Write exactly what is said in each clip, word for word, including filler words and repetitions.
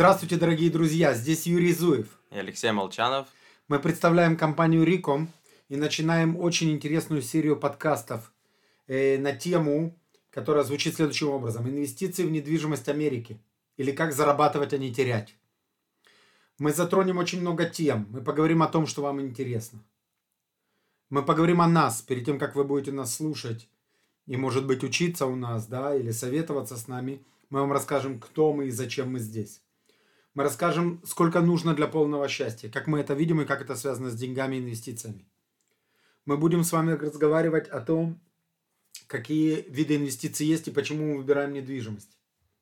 Здравствуйте, дорогие друзья, здесь Юрий Зуев. И Алексей Молчанов. Мы представляем компанию Риком и начинаем очень интересную серию подкастов э, на тему, которая звучит следующим образом. Инвестиции в недвижимость Америки. Или как зарабатывать, а не терять. Мы затронем очень много тем. Мы поговорим о том, что вам интересно. Мы поговорим о нас, перед тем, как вы будете нас слушать и, может быть, учиться у нас, да, или советоваться с нами. Мы вам расскажем, кто мы и зачем мы здесь. Мы расскажем, сколько нужно для полного счастья, как мы это видим и как это связано с деньгами и инвестициями. Мы будем с вами разговаривать о том, какие виды инвестиций есть и почему мы выбираем недвижимость.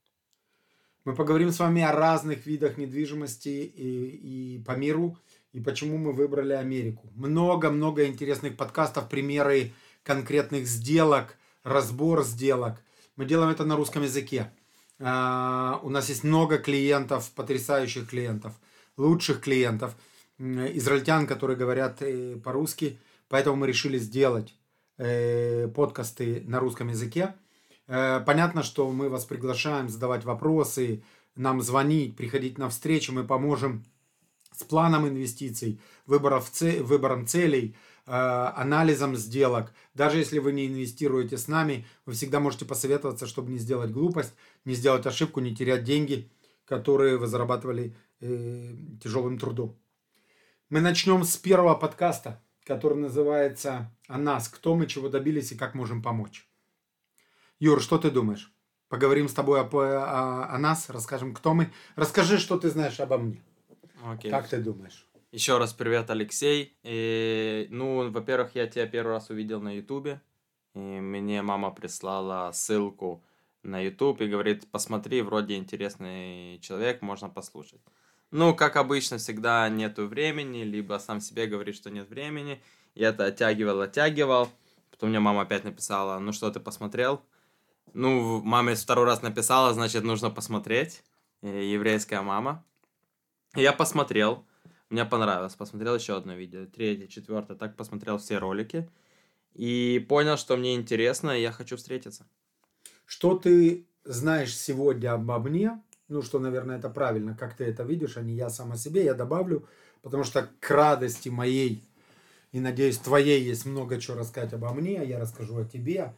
Мы поговорим с вами о разных видах недвижимости и, и по миру, и почему мы выбрали Америку. Много-много интересных подкастов, примеры конкретных сделок, разбор сделок. Мы делаем это на русском языке. Uh, у нас есть много клиентов, потрясающих клиентов, лучших клиентов, израильтян, которые говорят э, по-русски, поэтому мы решили сделать э, подкасты на русском языке. Э, понятно, что мы вас приглашаем задавать вопросы, нам звонить, приходить на встречи, мы поможем с планом инвестиций, выбором, выбором целей, анализом сделок. Даже если вы не инвестируете с нами, вы всегда можете посоветоваться, чтобы не сделать глупость, не сделать ошибку, не терять деньги, которые вы зарабатывали э, тяжелым трудом. Мы начнем с первого подкаста, который называется «О нас. Кто мы, чего добились и как можем помочь». Юр, что ты думаешь? Поговорим с тобой о, о, о нас, расскажем, кто мы. Расскажи, что ты знаешь обо мне. Окей. Как ты думаешь? Еще раз привет, Алексей. И, ну, во-первых, я тебя первый раз увидел на Ютубе. И мне мама прислала ссылку на Ютуб и говорит, посмотри, вроде интересный человек, можно послушать. Ну, как обычно, всегда нету времени, либо сам себе говорит, что нет времени. Я это оттягивал, оттягивал. Потом мне мама опять написала, ну что, ты посмотрел? Ну, маме второй раз написала, значит, нужно посмотреть. Еврейская мама. Я посмотрел. Мне понравилось. Посмотрел еще одно видео. Третье, четвертое. Так посмотрел все ролики. И понял, что мне интересно, и я хочу встретиться. Что ты знаешь сегодня обо мне? Ну, что, наверное, это правильно, как ты это видишь, а не я сам о себе. Я добавлю, потому что к радости моей и, надеюсь, твоей есть много чего рассказать обо мне. Я расскажу о тебе.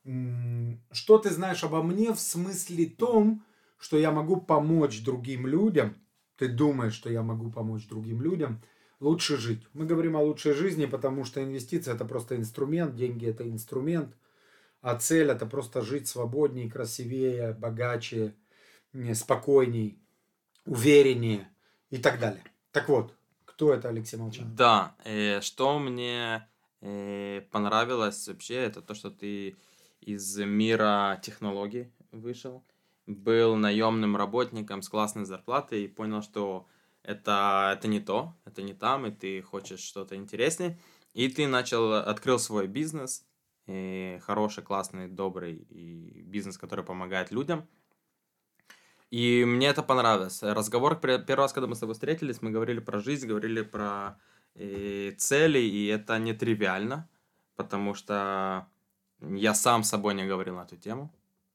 Что ты знаешь обо мне в смысле том, что я могу помочь другим людям. Ты думаешь, что я могу помочь другим людям лучше жить. Мы говорим о лучшей жизни, потому что инвестиции это просто инструмент, деньги это инструмент, а цель это просто жить свободнее, красивее, богаче, спокойней, увереннее и так далее. Так вот, кто это Алексей Молчанов? Да, э, что мне э, понравилось вообще, это то, что ты из мира технологий вышел. Был наемным работником с классной зарплатой и понял, что это, это не то, это не там, и ты хочешь что-то интереснее. И ты начал, открыл свой бизнес, и хороший, классный, добрый и бизнес, который помогает людям. И мне это понравилось. Разговор, первый раз, когда мы с тобой встретились, мы говорили про жизнь, говорили про э, цели, и это не тривиально, потому что я сам с собой не говорил на эту тему.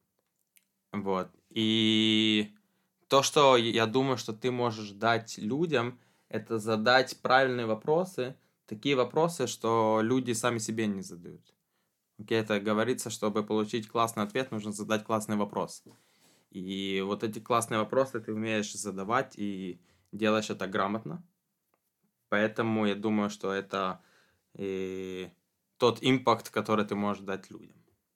Вот. И то, что я думаю, что ты можешь дать людям, это задать правильные вопросы, такие вопросы, что люди сами себе не задают. Окей, это говорится, чтобы получить классный ответ, нужно задать классный вопрос. И вот эти классные вопросы ты умеешь задавать и делаешь это грамотно. Поэтому я думаю, что это и тот импакт, который ты можешь дать людям.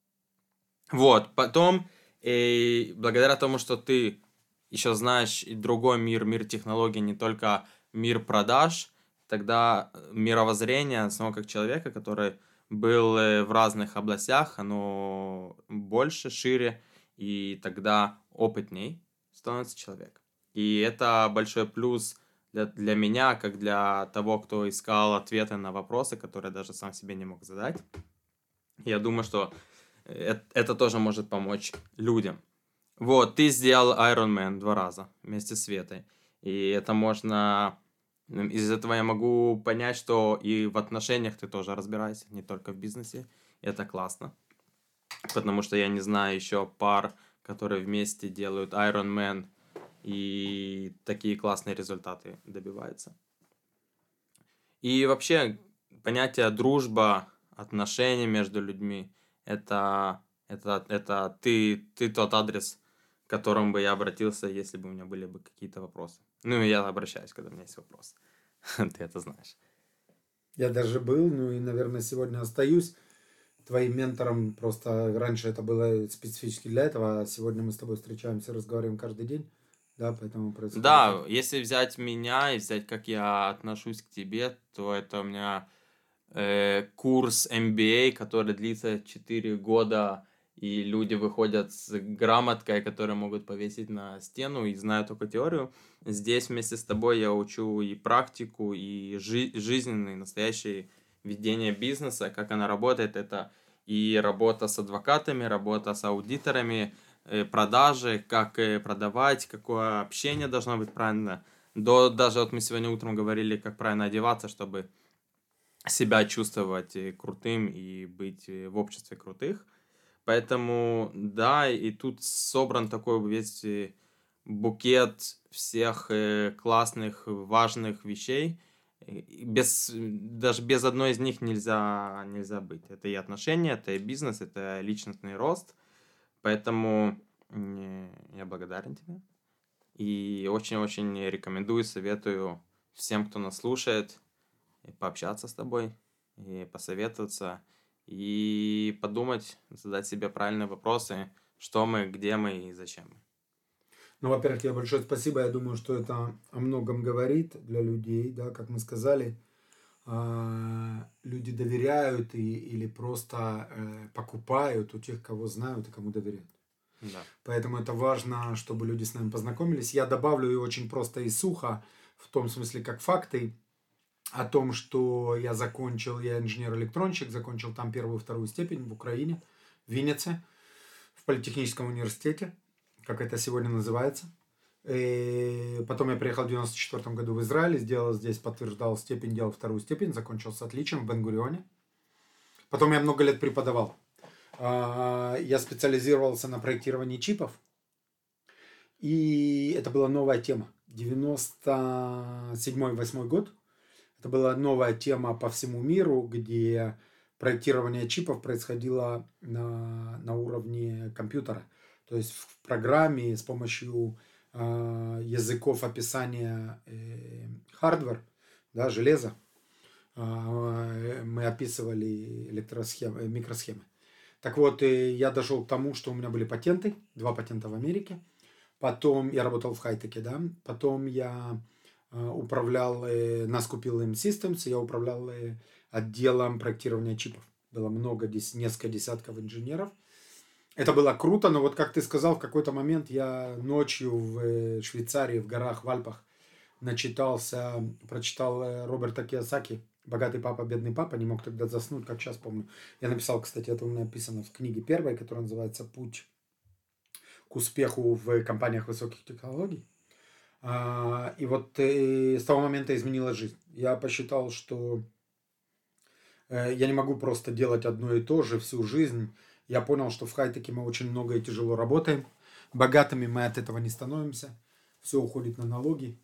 Вот, потом, и благодаря тому, что ты еще знаешь и другой мир, мир технологий, не только мир продаж, тогда мировоззрение самого как человека, который был в разных областях, оно больше, шире, и тогда опытней становится человек. И это большой плюс для, для меня, как для того, кто искал ответы на вопросы, которые даже сам себе не мог задать. Я думаю, что это, это тоже может помочь людям. Вот, ты сделал Iron Man два раза вместе с Светой. И это можно... Из этого я могу понять, что и в отношениях ты тоже разбираешься, не только в бизнесе. И это классно. Потому что я не знаю еще пар, которые вместе делают Iron Man и такие классные результаты добиваются. И вообще понятие дружба, отношения между людьми, это, это, это ты, ты тот адрес, к которому бы я обратился, если бы у меня были бы какие-то вопросы. Ну, и я обращаюсь, когда у меня есть вопрос. Ты это знаешь. Я даже был, ну и, наверное, сегодня остаюсь твоим ментором. Просто раньше это было специфически для этого, а сегодня мы с тобой встречаемся, разговариваем каждый день. Да, поэтому происходит Да, это. если взять меня и взять, как я отношусь к тебе, то это у меня э, курс эм би эй, который длится четыре года, и люди выходят с грамоткой, которые могут повесить на стену, и знают только теорию. Здесь вместе с тобой я учу и практику, и жи- жизненный, настоящее ведение бизнеса, как она работает. Это и работа с адвокатами, работа с аудиторами, э, продажи, как э, продавать, какое общение должно быть правильно. До, даже вот мы сегодня утром говорили, как правильно одеваться, чтобы себя чувствовать э, крутым и быть э, в обществе крутых. Поэтому, да, и тут собран такой весь э, букет всех э, классных, важных вещей. Э, и Без, даже без одной из них нельзя, нельзя быть. Это и отношения, это и бизнес, это личностный рост. Поэтому м, я благодарен тебе. И очень-очень рекомендую, советую всем, кто нас слушает, и пообщаться с тобой, и посоветоваться, и подумать, задать себе правильные вопросы, что мы, где мы и зачем мы. Ну, во-первых, тебе большое спасибо. Я думаю, что это о многом говорит для людей, да, как мы сказали. а, Люди доверяют и, или просто э, покупают у тех, кого знают и кому доверяют. Да. Поэтому это важно, чтобы люди с нами познакомились. Я добавлю и очень просто и сухо, в том смысле, как факты, о том, что я закончил, я инженер-электронщик, закончил там первую и вторую степень в Украине, в Виннице, в политехническом университете, как это сегодня называется. И потом я приехал в девяносто четвёртом году в Израиль, сделал здесь, подтверждал степень, делал вторую степень, закончил с отличием в Бен-Гурионе. Потом я много лет преподавал. А, Я специализировался на проектировании чипов. И это была новая тема. девяносто седьмой восьмой год. Это была новая тема по всему миру, где проектирование чипов происходило на, на уровне компьютера. То есть в программе с помощью э, языков описания э, hardware, да, железа, э, мы описывали электросхемы, микросхемы. Так вот, э, я дошел к тому, что у меня были патенты, два патента в Америке. Потом я работал в хай-теке, да. Потом я э, управлял, э, нас купил эм Systems, я управлял э, отделом проектирования чипов. Было много, дес, несколько десятков инженеров. Это было круто, но вот как ты сказал, в какой-то момент я ночью в э, Швейцарии, в горах, в Альпах начитался, прочитал э, Роберта Кийосаки «Богатый папа, бедный папа», не мог тогда заснуть, как сейчас помню. Я написал, кстати, это у меня написано в книге первой, которая называется «Путь к успеху в компаниях высоких технологий». А, И вот э, с того момента изменилась жизнь. Я посчитал, что э, я не могу просто делать одно и то же всю жизнь. Я понял, что в хай-теке мы очень много и тяжело работаем. Богатыми мы от этого не становимся. Все уходит на налоги.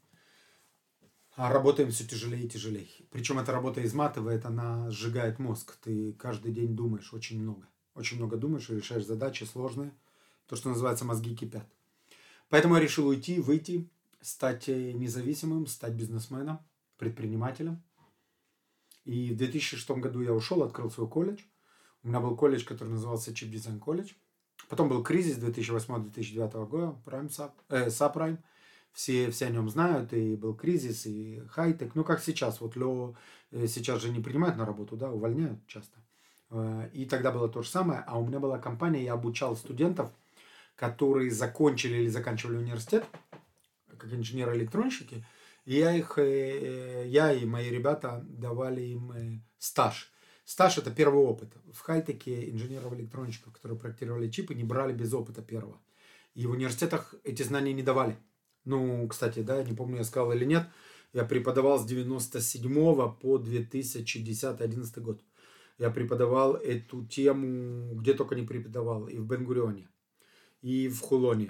А работаем все тяжелее и тяжелее. Причем эта работа изматывает, она сжигает мозг. Ты каждый день думаешь очень много. Очень много думаешь и решаешь задачи сложные. То, что называется, мозги кипят. Поэтому я решил уйти, выйти, стать независимым, стать бизнесменом, предпринимателем. И в две тысячи шестом году я ушел, открыл свой колледж. У меня был колледж, который назывался Chip Design College. Потом был кризис две тысячи восьмого - две тысячи девятого года, Prime Sub, э, Subprime. Все, все о нем знают, и был кризис, и хай-тек. Ну, как сейчас. Вот Лео э, сейчас же не принимают на работу, да, увольняют часто. Э, И тогда было то же самое. А у меня была компания, я обучал студентов, которые закончили или заканчивали университет, как инженеры-электронщики. И я их, э, я и мои ребята давали им э, стаж. Стаж – это первый опыт. В хай-теке инженеров-электронщиков, которые проектировали чипы, не брали без опыта первого. И в университетах эти знания не давали. Ну, кстати, да, не помню, я сказал или нет, я преподавал с девяносто седьмого по две тысячи десятый - одиннадцатый год. Я преподавал эту тему, где только не преподавал, и в Бен-Гурионе, и в Хулоне,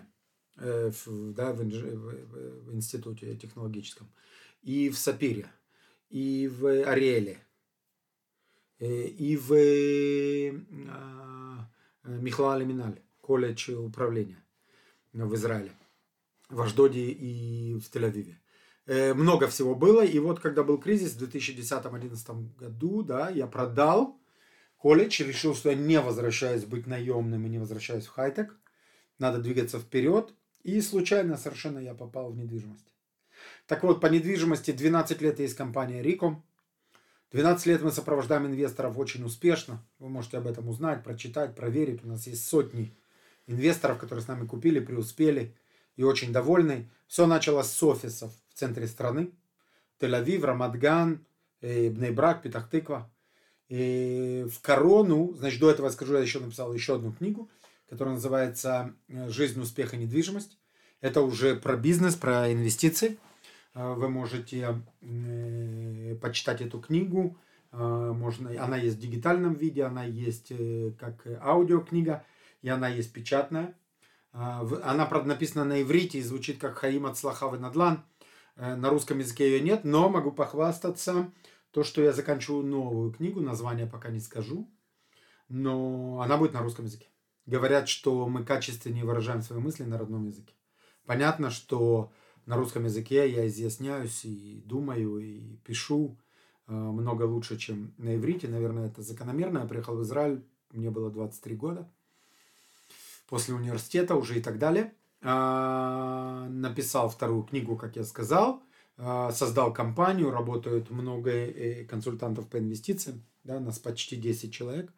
э, в, да, в, инж- в- в институте технологическом, и в Сапире, и в Ариэле, э, и в э, а, Михлале Миналь, колледж управления в Израиле, в Ашдоде и в Тель-Авиве. Э, много всего было, и вот когда был кризис в две тысячи десятом-одиннадцатом году, да, я продал колледж, решил, что я не возвращаюсь быть наемным и не возвращаюсь в хай-тек, надо двигаться вперед, и случайно совершенно я попал в недвижимость. Так вот, по недвижимости двенадцать лет есть компания Риком. двенадцать лет мы сопровождаем инвесторов очень успешно. Вы можете об этом узнать, прочитать, проверить. У нас есть сотни инвесторов, которые с нами купили, преуспели и очень довольны. Все началось с офисов в центре страны. Тель-Авив, Рамат-Ган, Бней-Брак, Петах-Тыква. И в корону, значит, до этого скажу, я еще написал еще одну книгу, которая называется «Жизнь, успех и недвижимость». Это уже про бизнес, про инвестиции. Вы можете почитать эту книгу. Можно, она есть в дигитальном виде, она есть как аудиокнига, и она есть печатная. Она, правда, написана на иврите и звучит как «Хаим ацлаха венадлан». На русском языке ее нет, но могу похвастаться, то, что я заканчиваю новую книгу, название пока не скажу, но она будет на русском языке. Говорят, что мы качественнее выражаем свои мысли на родном языке. Понятно, что на русском языке я изъясняюсь и думаю, и пишу много лучше, чем на иврите. Наверное, это закономерно. Я приехал в Израиль, мне было двадцать три года. После университета уже и так далее. Написал вторую книгу, как я сказал. Создал компанию, работают много консультантов по инвестициям. Да, нас почти десять человек.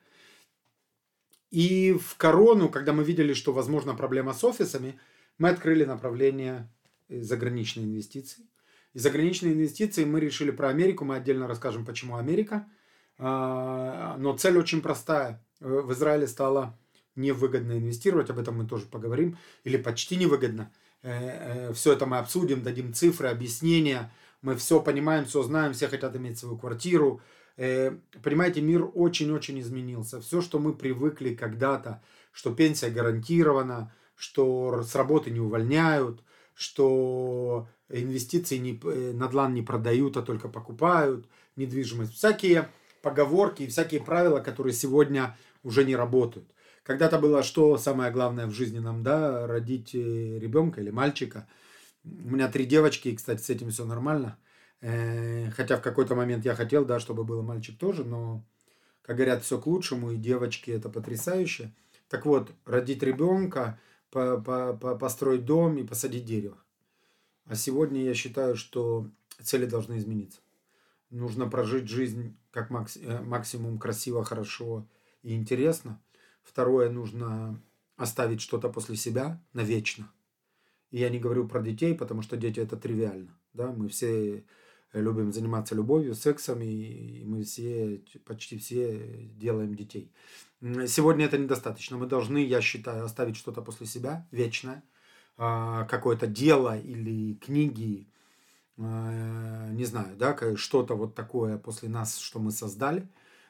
И в корону, когда мы видели, что возможна проблема с офисами, мы открыли направление заграничной инвестиции. И заграничные инвестиции мы решили про Америку. Мы отдельно расскажем, почему Америка. Но цель очень простая. В Израиле стало невыгодно инвестировать. Об этом мы тоже поговорим. Или почти невыгодно. Все это мы обсудим, дадим цифры, объяснения. Мы все понимаем, все знаем. Все хотят иметь свою квартиру. Понимаете, мир очень-очень изменился. Все, что мы привыкли когда-то, что пенсия гарантирована, что с работы не увольняют, что инвестиции не, надлан не продают, а только покупают, недвижимость. Всякие поговорки и всякие правила, которые сегодня уже не работают. Когда-то было, что самое главное в жизни нам, да, родить ребенка или мальчика. У меня три девочки, и, кстати, с этим все нормально. Хотя в какой-то момент я хотел, да, чтобы был мальчик тоже, но, как говорят, все к лучшему, и девочки это потрясающе. Так вот, родить ребенка, по, по, по, построить дом и посадить дерево. А сегодня я считаю, что цели должны измениться. Нужно прожить жизнь как максимум красиво, хорошо и интересно. Второе, нужно оставить что-то после себя навечно. И я не говорю про детей, потому что дети это тривиально. Да? Мы все любим заниматься любовью, сексом, и мы все, почти все делаем детей. Сегодня это недостаточно. Мы должны, я считаю, оставить что-то после себя вечное. Какое-то дело или книги, не знаю, да, что-то вот такое после нас, что мы создали.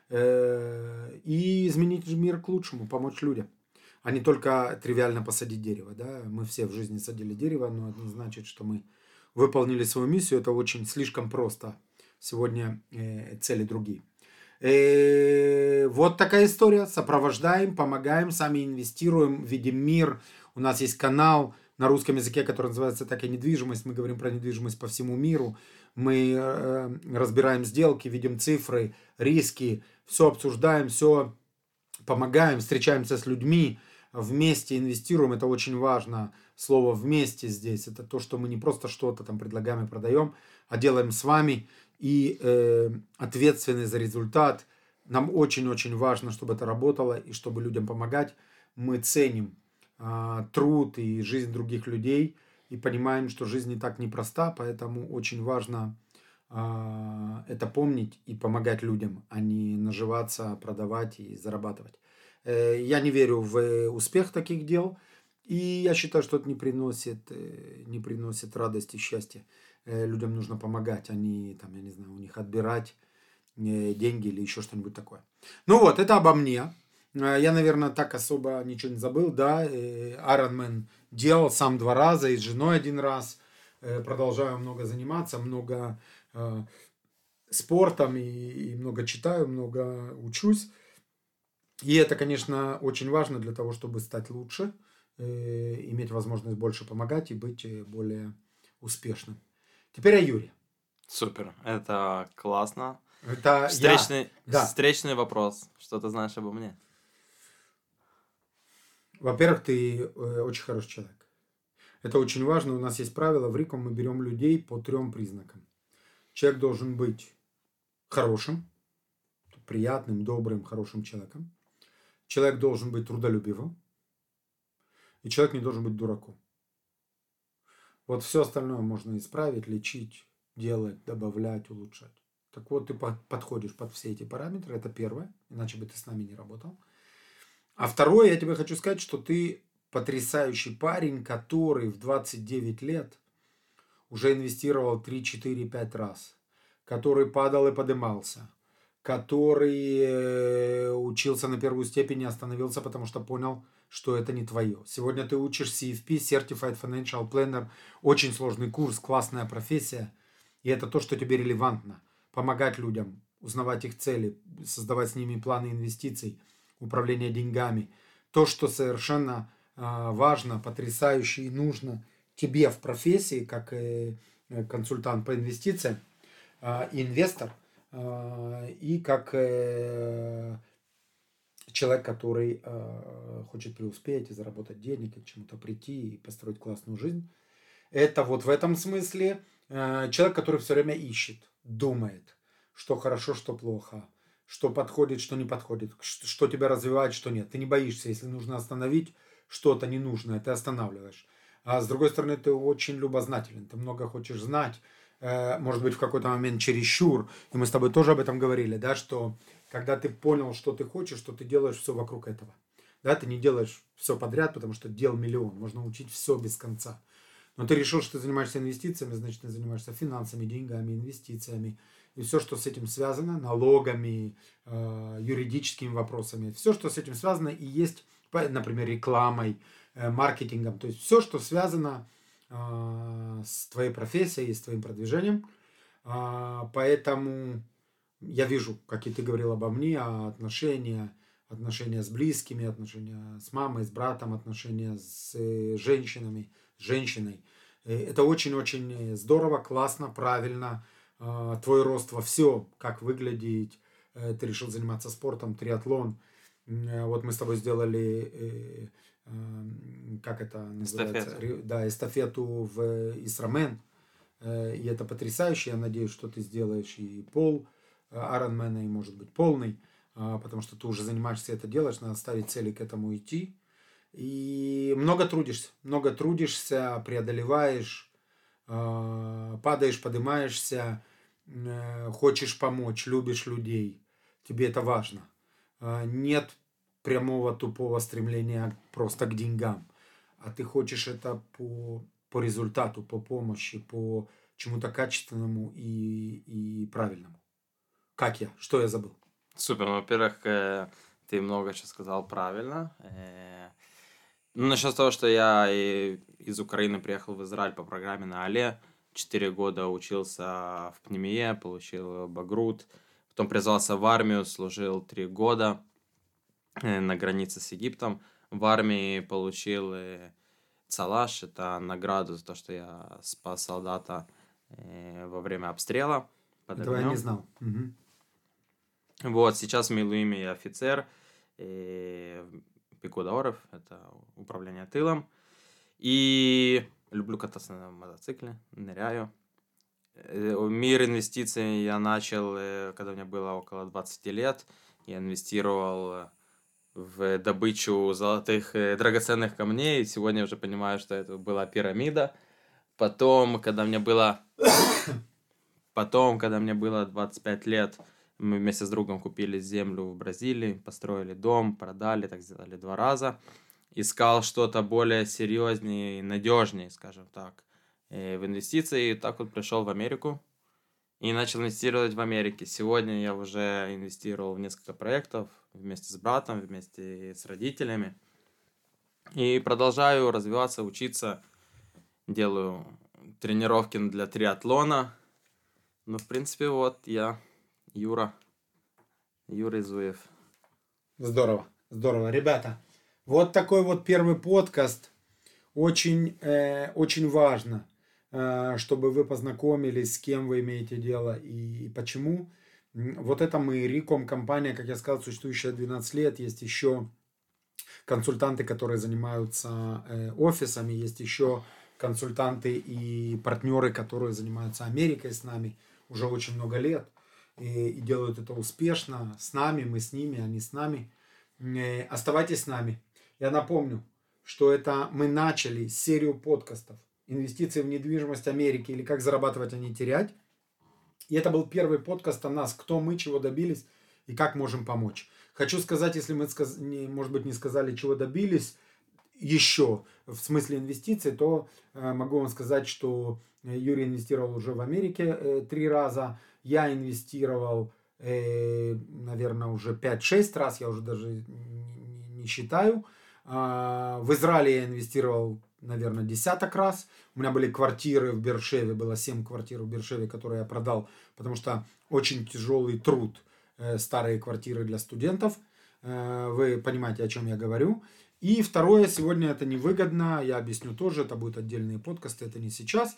И изменить мир к лучшему, помочь людям. А не только тривиально посадить дерево. Да? Мы все в жизни садили дерево, но это не значит, что мы выполнили свою миссию. Это очень слишком просто. Сегодня э, цели другие. Э, вот такая история. Сопровождаем, помогаем, сами инвестируем, видим мир. У нас есть канал на русском языке, который называется «Так и недвижимость». Мы говорим про недвижимость по всему миру. Мы э, разбираем сделки, видим цифры, риски. Все обсуждаем, все помогаем, встречаемся с людьми. Вместе инвестируем, это очень важно. Слово «вместе» здесь, это то, что мы не просто что-то там предлагаем и продаем, а делаем с вами и э, ответственны за результат. Нам очень-очень важно, чтобы это работало и чтобы людям помогать. Мы ценим э, труд и жизнь других людей и понимаем, что жизнь не так непроста, поэтому очень важно э, это помнить и помогать людям, а не наживаться, продавать и зарабатывать. Я не верю в успех таких дел, и я считаю, что это не приносит, не приносит радости и счастья. Людям нужно помогать, а не, там, я не знаю, у них отбирать деньги или еще что-нибудь такое. Ну вот, это обо мне. Я, наверное, так особо ничего не забыл, да. Ironman делал сам два раза и с женой один раз. Продолжаю много заниматься, много спортом и, и много читаю, много учусь. И это, конечно, очень важно для того, чтобы стать лучше, э, иметь возможность больше помогать и быть более успешным. Теперь о Юре. Супер, это классно. Это встречный, я, да. встречный вопрос. Что ты знаешь обо мне? Во-первых, ты э, очень хороший человек. Это очень важно. У нас есть правило. В Риком мы берем людей по трем признакам. Человек должен быть хорошим, приятным, добрым, хорошим человеком. Человек должен быть трудолюбивым. И человек не должен быть дураком. Вот все остальное можно исправить, лечить, делать, добавлять, улучшать. Так вот, ты подходишь под все эти параметры. Это первое. Иначе бы ты с нами не работал. А второе, я тебе хочу сказать, что ты потрясающий парень, который в двадцать девять лет уже инвестировал три, четыре, пять раз. Который падал и подымался. Который учился на первую степень и остановился, потому что понял, что это не твое. Сегодня ты учишь си эф пи, Certified Financial Planner. Очень сложный курс, классная профессия. И это то, что тебе релевантно. Помогать людям, узнавать их цели, создавать с ними планы инвестиций, управление деньгами. То, что совершенно важно, потрясающе и нужно тебе в профессии, как консультант по инвестициям, инвестор и как человек, который хочет преуспеть и заработать денег, и к чему-то прийти и построить классную жизнь. Это вот в этом смысле человек, который все время ищет, думает, что хорошо, что плохо, что подходит, что не подходит, что тебя развивает, что нет. Ты не боишься, если нужно остановить что-то ненужное, ты останавливаешь. А с другой стороны, ты очень любознателен, ты много хочешь знать, может быть, в какой-то момент чересчур. И мы с тобой тоже об этом говорили, да, что когда ты понял, что ты хочешь, что ты делаешь все вокруг этого. Да, ты не делаешь все подряд, потому что дел миллион, можно учить все без конца. Но ты решил, что ты занимаешься инвестициями, значит, ты занимаешься финансами, деньгами, инвестициями. И все, что с этим связано, налогами, э, юридическими вопросами, все, что с этим связано, и есть, например, рекламой, э, маркетингом. То есть все, что связано э, с твоей профессией, с твоим продвижением. Э, поэтому я вижу, как и ты говорил обо мне, отношения, отношения с близкими, отношения с мамой, с братом, отношения с э, женщинами, с женщиной. Это очень-очень здорово, классно, правильно. Твой рост во всем, как выглядеть. Ты решил заниматься спортом, триатлон. Вот мы с тобой сделали, как это называется? Эстафету. Да, эстафету в Исрамен. И это потрясающе. Я надеюсь, что ты сделаешь и пол Ironman, и может быть полный. Потому что ты уже занимаешься, это делаешь. Надо ставить цели, к этому идти. И много трудишься, много трудишься, преодолеваешь, падаешь, поднимаешься, хочешь помочь, любишь людей, тебе это важно. Нет прямого тупого стремления просто к деньгам, а ты хочешь это по, по результату, по помощи, по чему-то качественному и, и правильному. Как я? Что я забыл? Супер. Ну, во-первых, ты много чего сказал правильно. Ну, насчет того, что я из Украины приехал в Израиль по программе на Але, четыре года учился в ПНИМЕ, получил багрут, потом призвался в армию, служил три года на границе с Египтом. В армии получил цалаш, это награду за то, что я спас солдата во время обстрела под Этого я огнем. не знал. Угу. Вот, сейчас в Милуиме я офицер, Пикуда Орев, это управление тылом. И люблю кататься на мотоцикле, ныряю. Мир инвестиций я начал, когда мне было около двадцати лет. Я инвестировал в добычу золотых драгоценных камней. Сегодня я уже понимаю, что это была пирамида. Потом, когда мне было... Потом, когда мне было двадцать пять лет, мы вместе с другом купили землю в Бразилии, построили дом, продали, так сделали два раза. Искал что-то более серьезнее и надежнее, скажем так, в инвестиции. И так вот пришел в Америку. и начал инвестировать в Америке. Сегодня я уже инвестировал в несколько проектов вместе с братом, вместе с родителями. И продолжаю развиваться, учиться. Делаю тренировки для триатлона. Ну, в принципе, вот я, Юра, Юра Изуев. Здорово, здорово. Ребята, вот такой вот первый подкаст. Очень, э, очень важно, э, чтобы вы познакомились, с кем вы имеете дело и почему. Вот это мы, Риком, компания, как я сказал, существующая двенадцать лет. Есть еще консультанты, которые занимаются э, офисами. Есть еще консультанты и партнеры, которые занимаются Америкой с нами уже очень много лет. И, и делают это успешно. С нами, мы с ними, они с нами. Э, оставайтесь с нами. Я напомню, что это мы начали серию подкастов «Инвестиции в недвижимость Америки» или «Как зарабатывать, а не терять». И это был первый подкаст о нас, кто мы, чего добились и как можем помочь. Хочу сказать, если мы, сказ... не, может быть, не сказали, чего добились еще в смысле инвестиций, то э, могу вам сказать, что Юрий инвестировал уже в Америке э, три раза. Я инвестировал, э, наверное, уже пять-шесть раз, я уже даже не, не считаю. Э, в Израиле я инвестировал, наверное, десяток раз. У меня были квартиры в Бершеве, было семь квартир в Бершеве, которые я продал, потому что очень тяжелый труд, э, старые квартиры для студентов. Э, вы понимаете, о чем я говорю. И второе, сегодня это невыгодно, я объясню тоже, это будут отдельные подкасты, это не сейчас.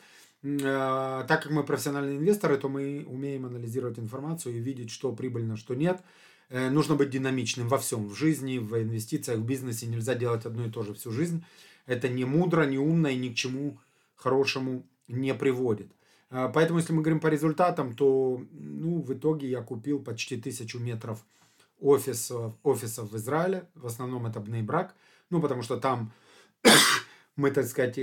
Э, так как мы профессиональные инвесторы, то мы умеем анализировать информацию и видеть, что прибыльно, что нет. Э, нужно быть динамичным во всем, в жизни, в инвестициях, в бизнесе. Нельзя делать одно и то же всю жизнь. Это не мудро, не умно и ни к чему хорошему не приводит. Э, поэтому, если мы говорим по результатам, то ну, в итоге я купил почти тысячу метров офисов, офисов в Израиле. В основном это Бней-Брак. Ну, потому что там мы, так сказать,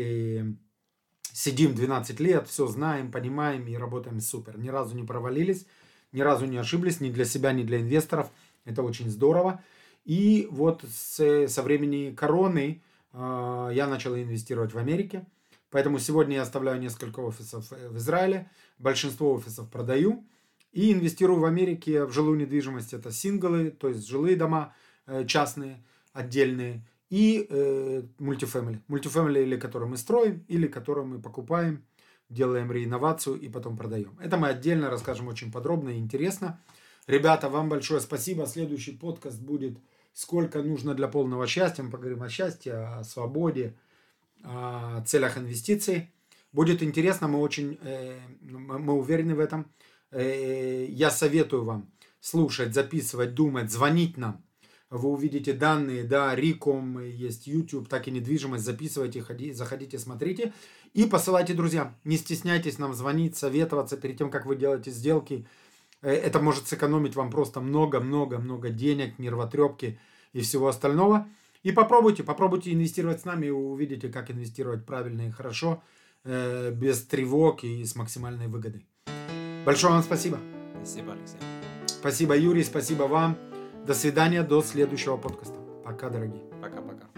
сидим двенадцать лет, все знаем, понимаем и работаем супер. Ни разу не провалились, ни разу не ошиблись, ни для себя, ни для инвесторов. Это очень здорово. И вот с, со времени короны э, я начал инвестировать в Америке. Поэтому сегодня я оставляю несколько офисов в Израиле. Большинство офисов продаю. И инвестирую в Америке в жилую недвижимость. Это синглы, то есть жилые дома э, частные, отдельные. И э, мультифэмили. Мультифэмили, или которые мы строим, или которые мы покупаем, делаем реинновацию и потом продаем. Это мы отдельно расскажем очень подробно и интересно. Ребята, вам большое спасибо. Следующий подкаст будет «Сколько нужно для полного счастья». Мы поговорим о счастье, о свободе, о целях инвестиций. Будет интересно, мы очень э, мы уверены в этом. Э, я советую вам слушать, записывать, думать, звонить нам. Вы увидите данные, да, Риком, есть YouTube, так и недвижимость, записывайте, ходи, заходите, смотрите и посылайте друзьям. Не стесняйтесь нам звонить, советоваться перед тем, как вы делаете сделки. Это может сэкономить вам просто много-много-много денег, нервотрепки и всего остального. И попробуйте, попробуйте инвестировать с нами, и вы увидите, как инвестировать правильно и хорошо, без тревог и с максимальной выгодой. Большое вам спасибо. Спасибо, Алексей. Спасибо, Юрий, спасибо вам. До свидания, до следующего подкаста. Пока, дорогие. Пока-пока.